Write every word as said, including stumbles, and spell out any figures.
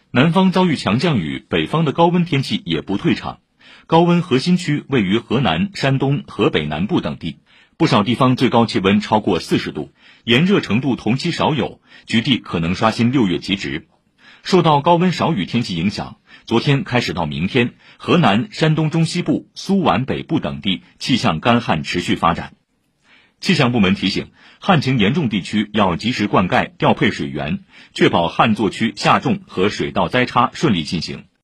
南方遭遇强降雨，北方的高温天气也不退场。高温核心区位于河南、山东、河北南部等地，不少地方最高气温超过四十度，炎热程度同期少有，局地可能刷新六月极值。受到高温少雨天气影响，昨天开始到明天，河南、山东中西部、苏皖北部等地气象干旱持续发展。气象部门提醒，旱情严重地区要及时灌溉、调配水源，确保旱作区下种和水稻栽插顺利进行。